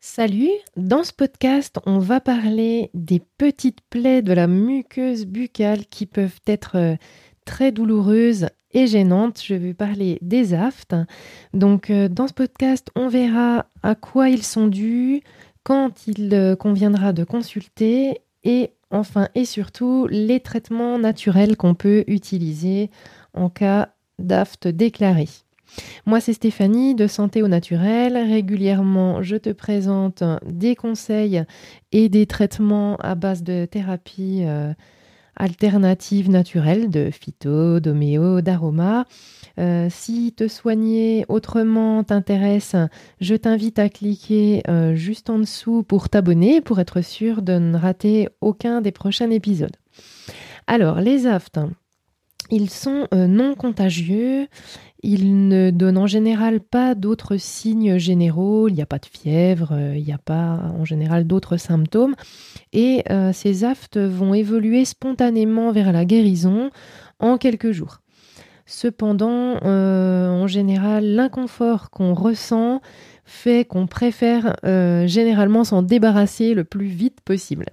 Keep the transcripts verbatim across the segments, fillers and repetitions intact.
Salut, dans ce podcast, on va parler des petites plaies de la muqueuse buccale qui peuvent être euh, très douloureuses et gênantes. Je vais parler des aftes. Donc, euh, dans ce podcast, on verra à quoi ils sont dus, quand il euh, conviendra de consulter et enfin et surtout les traitements naturels qu'on peut utiliser en cas d'aftes déclarés. Moi, c'est Stéphanie de Santé au Naturel. Régulièrement, je te présente des conseils et des traitements à base de thérapies euh, alternatives naturelles, de phyto, d'homéo, d'aroma. Euh, si te soigner autrement t'intéresse, je t'invite à cliquer euh, juste en dessous pour t'abonner, pour être sûr de ne rater aucun des prochains épisodes. Alors, les aftes, ils sont euh, non contagieux. Il ne donne en général pas d'autres signes généraux, il n'y a pas de fièvre, euh, il n'y a pas en général d'autres symptômes. Et euh, ces aftes vont évoluer spontanément vers la guérison en quelques jours. Cependant, euh, en général, l'inconfort qu'on ressent fait qu'on préfère euh, généralement s'en débarrasser le plus vite possible.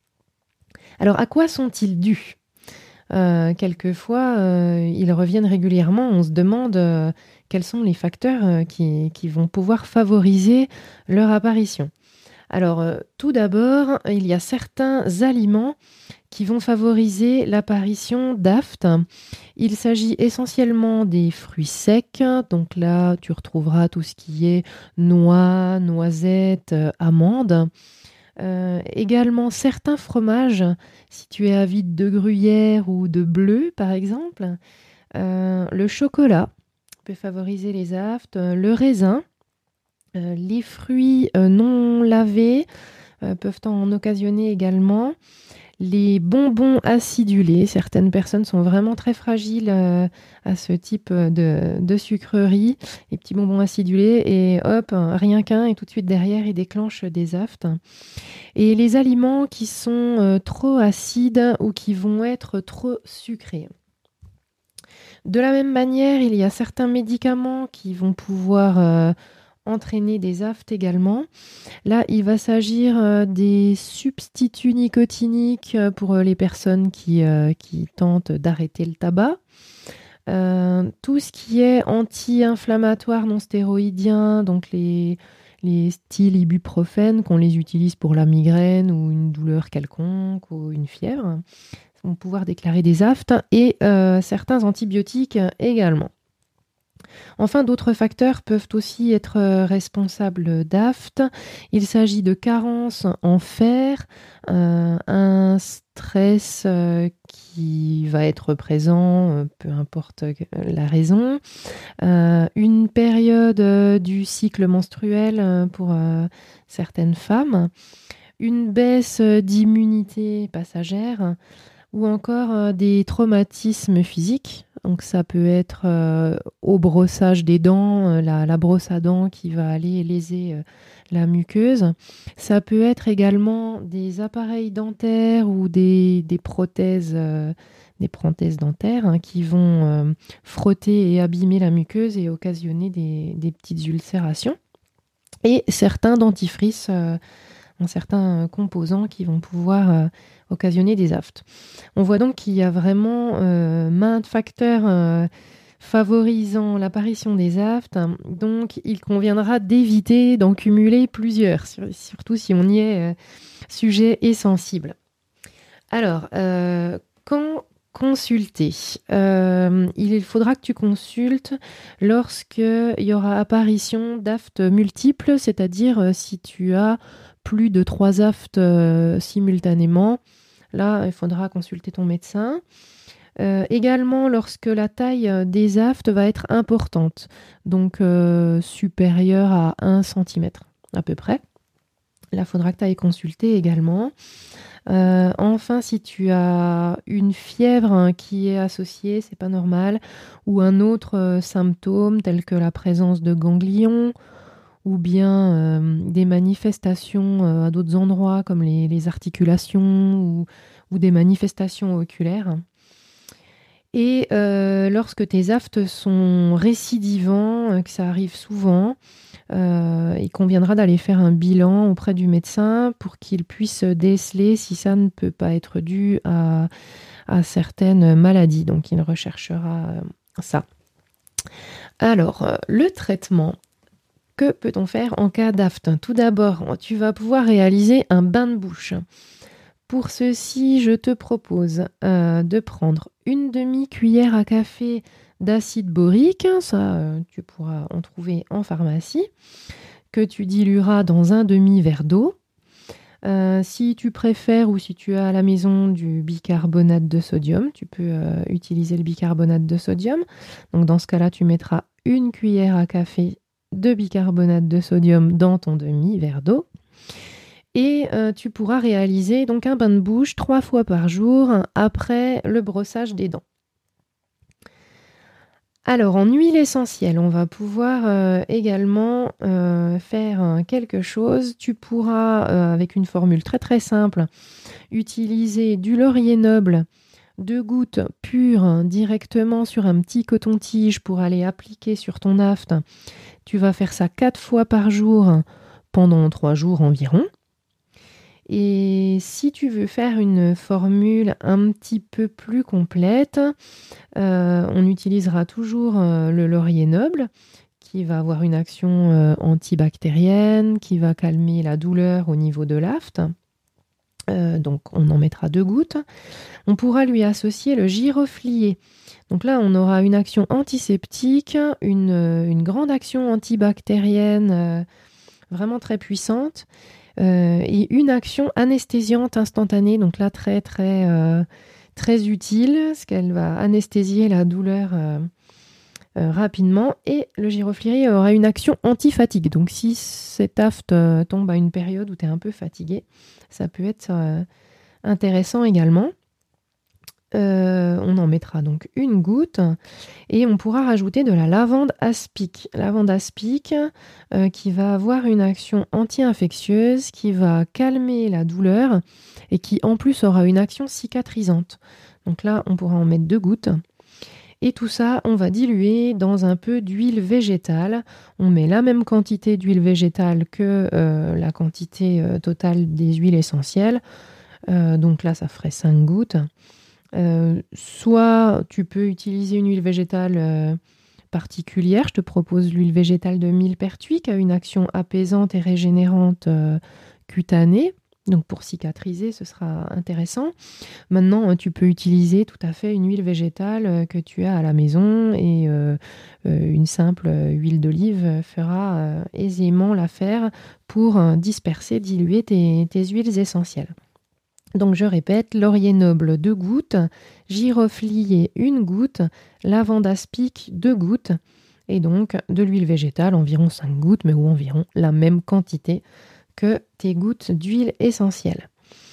Alors, à quoi sont-ils dus ? Euh, quelquefois, euh, ils reviennent régulièrement. On se demande euh, quels sont les facteurs euh, qui, qui vont pouvoir favoriser leur apparition. Alors, euh, tout d'abord, il y a certains aliments qui vont favoriser l'apparition d'aftes. Il s'agit essentiellement des fruits secs. Donc là, tu retrouveras tout ce qui est noix, noisettes, euh, amandes. Euh, également certains fromages, si tu es avide de gruyère ou de bleu par exemple. Euh, le chocolat peut favoriser les aftes. Le raisin, euh, les fruits euh, non lavés euh, peuvent en occasionner également. Les bonbons acidulés, certaines personnes sont vraiment très fragiles euh, à ce type de, de sucreries, les petits bonbons acidulés, et hop, rien qu'un, et tout de suite derrière, ils déclenchent des aftes. Et les aliments qui sont euh, trop acides ou qui vont être trop sucrés. De la même manière, il y a certains médicaments qui vont pouvoir euh, entraîner des aftes également. Là, il va s'agir euh, des substituts nicotiniques euh, pour euh, les personnes qui, euh, qui tentent d'arrêter le tabac. Euh, tout ce qui est anti-inflammatoire non stéroïdien, donc les, les styles ibuprofène, qu'on les utilise pour la migraine ou une douleur quelconque ou une fièvre, vont pouvoir déclarer des aftes, et euh, certains antibiotiques également. Enfin, d'autres facteurs peuvent aussi être euh, responsables d'aftes. Il s'agit de carences en fer, euh, un stress euh, qui va être présent, euh, peu importe euh, la raison, euh, une période euh, du cycle menstruel euh, pour euh, certaines femmes, une baisse euh, d'immunité passagère, ou encore euh, des traumatismes physiques. Donc ça peut être euh, au brossage des dents, euh, la, la brosse à dents qui va aller léser euh, la muqueuse. Ça peut être également des appareils dentaires ou des, des prothèses, euh, des prothèses dentaires hein, qui vont euh, frotter et abîmer la muqueuse et occasionner des, des petites ulcérations. Et certains dentifrices euh, ont certains composants qui vont pouvoir euh, occasionner des aftes. On voit donc qu'il y a vraiment euh, maintes facteurs euh, favorisant l'apparition des aftes, donc il conviendra d'éviter d'en cumuler plusieurs, sur- surtout si on y est euh, sujet et sensible. Alors, euh, quand consulter Euh, Il faudra que tu consultes lorsqu'il y aura apparition d'aftes multiples, c'est-à-dire euh, si tu as plus de trois aftes euh, simultanément. Là, il faudra consulter ton médecin. Euh, également, lorsque la taille euh, des aftes va être importante, donc euh, supérieure à un centimètre à peu près. Là, il faudra que tu ailles consulter également. Euh, enfin, si tu as une fièvre hein, qui est associée, c'est pas normal, ou un autre euh, symptôme tel que la présence de ganglions, ou bien euh, des manifestations euh, à d'autres endroits comme les, les articulations ou, ou des manifestations oculaires. Et euh, lorsque tes aftes sont récidivants, euh, que ça arrive souvent, euh, il conviendra d'aller faire un bilan auprès du médecin pour qu'il puisse déceler si ça ne peut pas être dû à, à certaines maladies. Donc il recherchera euh, ça. Alors, euh, le traitement, que peut-on faire en cas d'afte? Tout d'abord, tu vas pouvoir réaliser un bain de bouche. Pour ceci, je te propose euh, de prendre une demi-cuillère à café d'acide borique, ça euh, tu pourras en trouver en pharmacie, que tu dilueras dans un demi-verre d'eau. Euh, si tu préfères ou si tu as à la maison du bicarbonate de sodium, tu peux euh, utiliser le bicarbonate de sodium. Donc dans ce cas-là, tu mettras une cuillère à café de bicarbonate de sodium dans ton demi-verre d'eau. Et euh, tu pourras réaliser donc un bain de bouche trois fois par jour après le brossage des dents. Alors en huile essentielle, on va pouvoir euh, également euh, faire euh, quelque chose. Tu pourras, euh, avec une formule très très simple, utiliser du laurier noble, deux gouttes pures directement sur un petit coton-tige pour aller appliquer sur ton afte. Tu vas faire ça quatre fois par jour pendant trois jours environ. Et si tu veux faire une formule un petit peu plus complète, euh, on utilisera toujours euh, le laurier noble qui va avoir une action euh, antibactérienne, qui va calmer la douleur au niveau de l'afte. Euh, donc on en mettra deux gouttes. On pourra lui associer le giroflier. Donc là, on aura une action antiseptique, une, une grande action antibactérienne euh, vraiment très puissante. Euh, et une action anesthésiante instantanée, donc là très très euh, très utile, parce qu'elle va anesthésier la douleur euh, euh, rapidement. Et le giroflier aura une action anti-fatigue. Donc si cet afte euh, tombe à une période où tu es un peu fatigué, ça peut être euh, intéressant également. Euh, on en mettra donc une goutte et on pourra rajouter de la lavande aspic. Lavande aspic euh, qui va avoir une action anti-infectieuse, qui va calmer la douleur et qui en plus aura une action cicatrisante. Donc là, on pourra en mettre deux gouttes. Et tout ça, on va diluer dans un peu d'huile végétale. On met la même quantité d'huile végétale que euh, la quantité euh, totale des huiles essentielles. Euh, donc là, ça ferait cinq gouttes. Euh, soit tu peux utiliser une huile végétale euh, particulière. Je te propose l'huile végétale de millepertuis qui a une action apaisante et régénérante euh, cutanée. Donc pour cicatriser, ce sera intéressant. Maintenant, tu peux utiliser tout à fait une huile végétale euh, que tu as à la maison et euh, euh, une simple huile d'olive fera euh, aisément l'affaire pour euh, disperser, diluer tes, tes huiles essentielles. Donc je répète, laurier noble deux gouttes, giroflier une goutte, lavande aspic deux gouttes et donc de l'huile végétale environ cinq gouttes mais ou environ la même quantité que tes gouttes d'huile essentielle.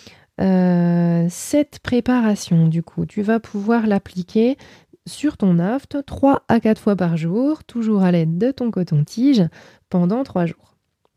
Euh, cette préparation du coup, tu vas pouvoir l'appliquer sur ton afte trois à quatre fois par jour, toujours à l'aide de ton coton-tige pendant trois jours.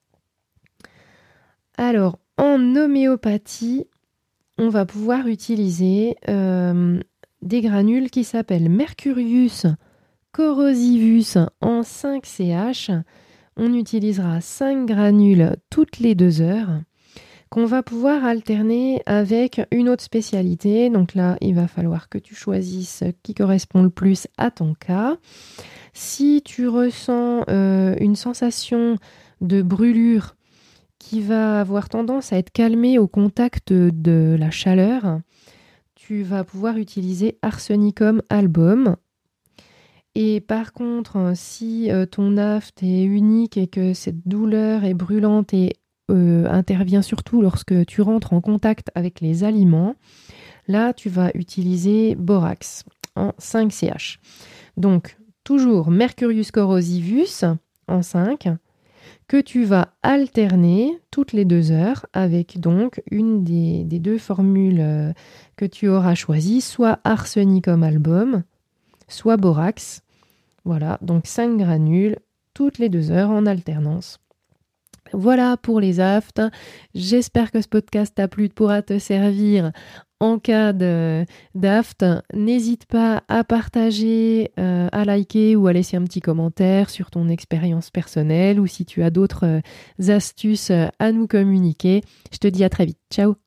Alors en homéopathie, on va pouvoir utiliser euh, des granules qui s'appellent Mercurius corrosivus en cinq C H. On utilisera cinq granules toutes les deux heures qu'on va pouvoir alterner avec une autre spécialité. Donc là, il va falloir que tu choisisses ce qui correspond le plus à ton cas. Si tu ressens euh, une sensation de brûlure qui va avoir tendance à être calmé au contact de la chaleur, tu vas pouvoir utiliser Arsenicum album. Et par contre, si euh, ton afte est unique et que cette douleur est brûlante et euh, intervient surtout lorsque tu rentres en contact avec les aliments, là, tu vas utiliser borax en cinq C H. Donc, toujours Mercurius corrosivus en cinq, que tu vas alterner toutes les deux heures avec donc une des, des deux formules euh, que tu auras choisies, soit Arsenicum album, soit borax. Voilà, donc cinq granules toutes les deux heures en alternance. Voilà pour les aftes. J'espère que ce podcast t'a plu, pourra te servir en cas de, d'aft, n'hésite pas à partager, euh, à liker ou à laisser un petit commentaire sur ton expérience personnelle ou si tu as d'autres euh, astuces euh, à nous communiquer. Je te dis à très vite. Ciao!